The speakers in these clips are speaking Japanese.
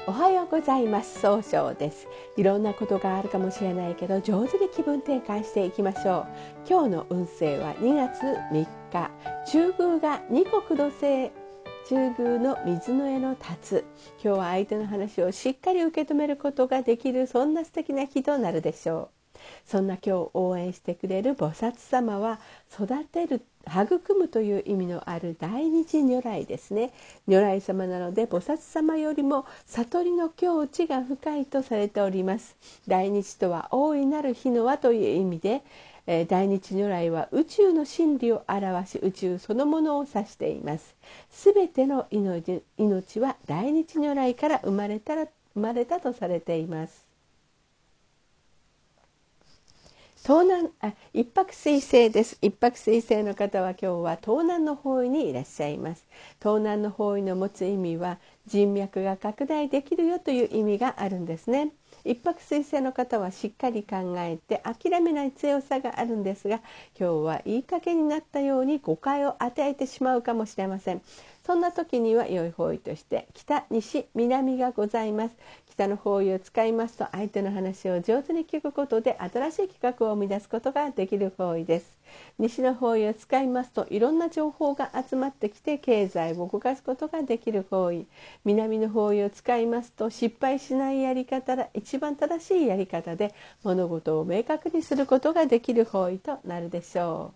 おはようございます。総称です。いろんなことがあるかもしれないけど、上手に気分転換していきましょう。今日の運勢は2月3日、中宮が二国土星、中宮の水の絵の立つ。今日は相手の話をしっかり受け止めることができる、そんな素敵な日となるでしょう。そんな今日応援してくれる菩薩様は、育てる、育むという意味のある大日如来ですね。如来様なので、菩薩様よりも悟りの境地が深いとされております。大日とは大いなる日の輪という意味で、大日如来は宇宙の真理を表し、宇宙そのものを指しています。すべての命は大日如来から生まれたとされています。一泊水星です。一泊水星の方は今日は東南の方位にいらっしゃいます。東南の方位の持つ意味は、人脈が拡大できるよという意味があるんですね。一泊水星の方はしっかり考えて諦めない強さがあるんですが、今日はいい加減になったように誤解を与えてしまうかもしれません。そんな時には良い方位として北、西、南がございます。北の方位を使いますと、相手の話を上手に聞くことで新しい企画を生み出すことができる方位です。西の方位を使いますと、いろんな情報が集まってきて経済を動かすことができる方位。南の方位を使いますと、失敗しないやり方が一番正しいやり方で物事を明確にすることができる方位となるでしょう。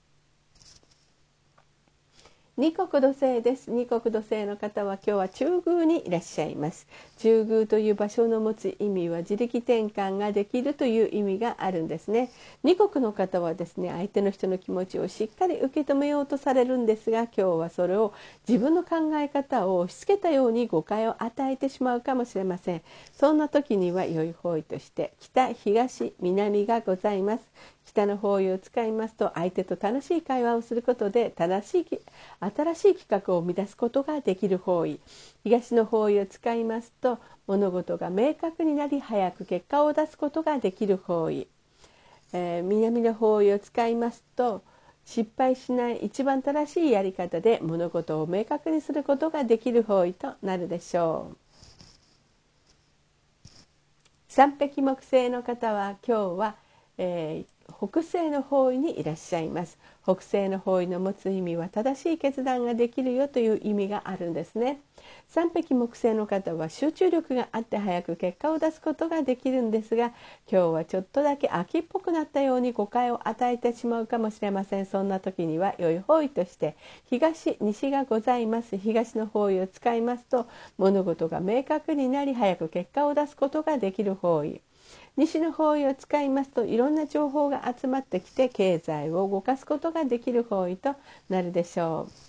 二国土星です。二国土星の方は今日は中宮にいらっしゃいます。中宮という場所の持つ意味は、自力転換ができるという意味があるんですね。二国の方はですね、相手の人の気持ちをしっかり受け止めようとされるんですが、今日はそれを自分の考え方を押し付けたように誤解を与えてしまうかもしれません。そんな時には良い方位として北、東、南がございます。北の方位を使いますと、相手と楽しい会話をすることで新しい企画を生み出すことができる方位。東の方位を使いますと、物事が明確になり早く結果を出すことができる方位。南の方位を使いますと、失敗しない一番正しいやり方で物事を明確にすることができる方位となるでしょう。三匹木星の方は今日は、北西の方位にいらっしゃいます。北西の方位の持つ意味は、正しい決断ができるよという意味があるんですね。三匹木星の方は集中力があって早く結果を出すことができるんですが、今日はちょっとだけ秋っぽくなったように誤解を与えてしまうかもしれません。そんな時には良い方位として東、西がございます。東の方位を使いますと、物事が明確になり早く結果を出すことができる方位。西の方位を使いますと、いろんな情報が集まってきて経済を動かすことができる方位となるでしょう。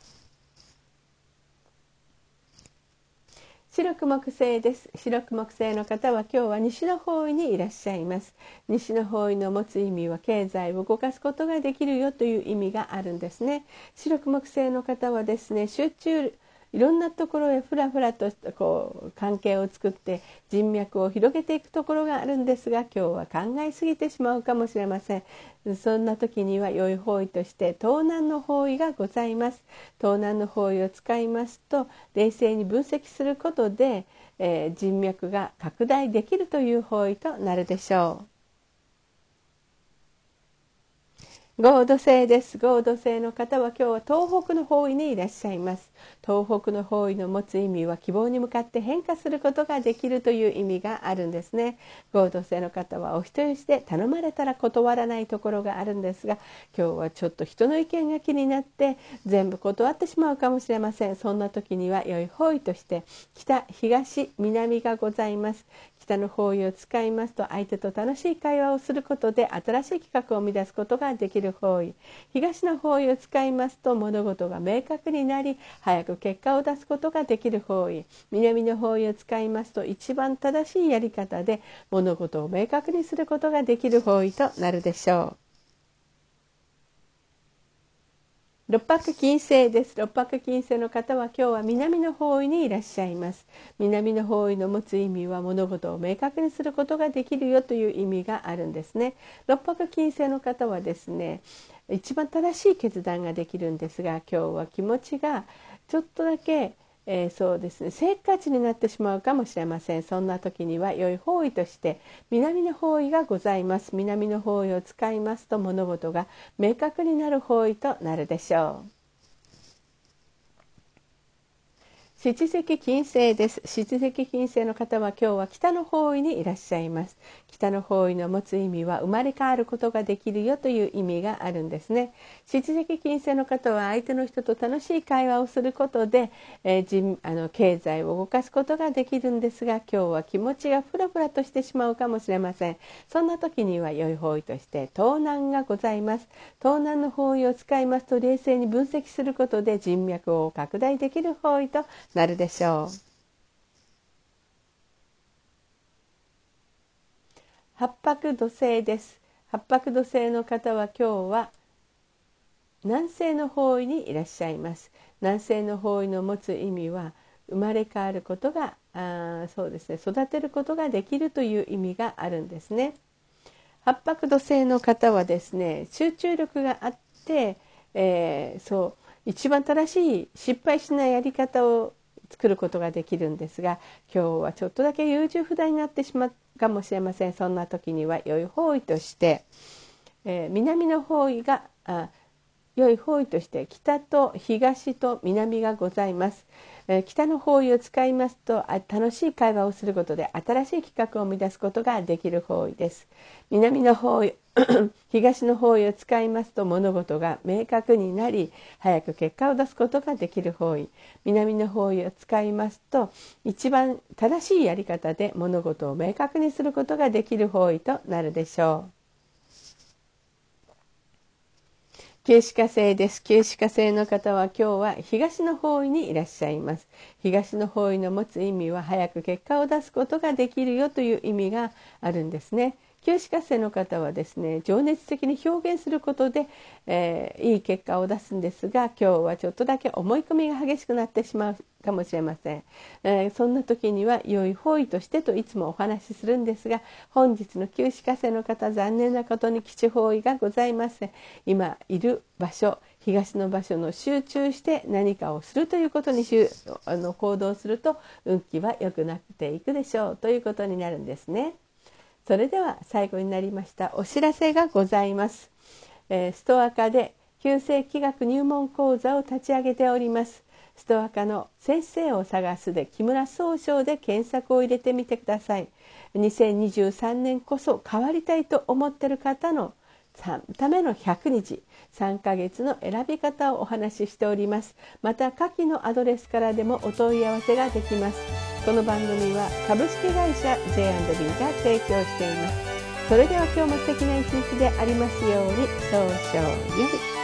白く木星です。白く木星の方は今日は西の方位にいらっしゃいます。西の方位の持つ意味は、経済を動かすことができるよという意味があるんですね。白く木星の方はですね、いろんなところへふらふらとした関係を作って人脈を広げていくところがあるんですが、今日は考えすぎてしまうかもしれません。そんな時には良い方位として東南の方位がございます。東南の方位を使いますと、冷静に分析することで、人脈が拡大できるという方位となるでしょう。合土星です。合土星の方は今日は東北の方位にいらっしゃいます。東北の方位の持つ意味は、希望に向かって変化することができるという意味があるんですね。合土星の方はお人よしで頼まれたら断らないところがあるんですが、今日はちょっと人の意見が気になって全部断ってしまうかもしれません。そんな時には良い方位として北、東、南がございます。北の方位を使いますと、相手と楽しい会話をすることで新しい企画を生み出すことができる方位。東の方位を使いますと、物事が明確になり早く結果を出すことができる方位。南の方位を使いますと、一番正しいやり方で物事を明確にすることができる方位となるでしょう。六白金星です。六白金星の方は今日は南の方位にいらっしゃいます。南の方位の持つ意味は、物事を明確にすることができるよという意味があるんですね。六白金星の方はですね、一番正しい決断ができるんですが、今日は気持ちがちょっとだけそうですね、せっかちになってしまうかもしれません。そんな時には良い方位として南の方位がございます。南の方位を使いますと物事が明確になる方位となるでしょう。七石金星です。七石金星の方は今日は北の方位にいらっしゃいます。北の方位の持つ意味は生まれ変わることができるよという意味があるんですね。七石金星の方は相手の人と楽しい会話をすることで、経済を動かすことができるんですが、今日は気持ちがフラフラとしてしまうかもしれません。そんな時には良い方位として東南がございます。東南の方位を使いますと冷静に分析することで人脈を拡大できる方位となるでしょう。八白土星です。八白土星の方は今日は南西の方位にいらっしゃいます。南西の方位の持つ意味は生まれ変わることがそうですね、育てることができるという意味があるんですね。八白土星の方はですね、集中力があって、一番正しい失敗しないやり方を作ることができるんですが、今日はちょっとだけ優柔不断になってしまうかもしれません。そんな時には良い方位として、南の方位が良い方位として北と東と南がございます。北の方位を使いますと楽しい会話をすることで新しい企画を生み出すことができる方位です。南の方位東の方位を使いますと物事が明確になり早く結果を出すことができる方位。南の方位を使いますと一番正しいやり方で物事を明確にすることができる方位となるでしょう。九死火星です。九死火星の方は今日は東の方位にいらっしゃいます。東の方位の持つ意味は早く結果を出すことができるよという意味があるんですね。九死火星の方はですね、情熱的に表現することで、いい結果を出すんですが、今日はちょっとだけ思い込みが激しくなってしまうかもしれません。そんな時には良い方位としてといつもお話しするんですが、本日の九死火星の方、残念なことに基地方位がございません。今いる場所、東の場所の集中して何かをするということに行動すると運気は良くなっていくでしょうということになるんですね。それでは最後になりましたお知らせがございます。ストア科で旧世気学入門講座を立ち上げております。ストア科の先生を探すで木村総称で検索を入れてみてください。2023年こそ変わりたいと思っている方のための100日3ヶ月の選び方をお話ししております。また下記のアドレスからでもお問い合わせができます。この番組は株式会社 J&B が提供しています。それでは今日も素敵な一日でありますように。早々より。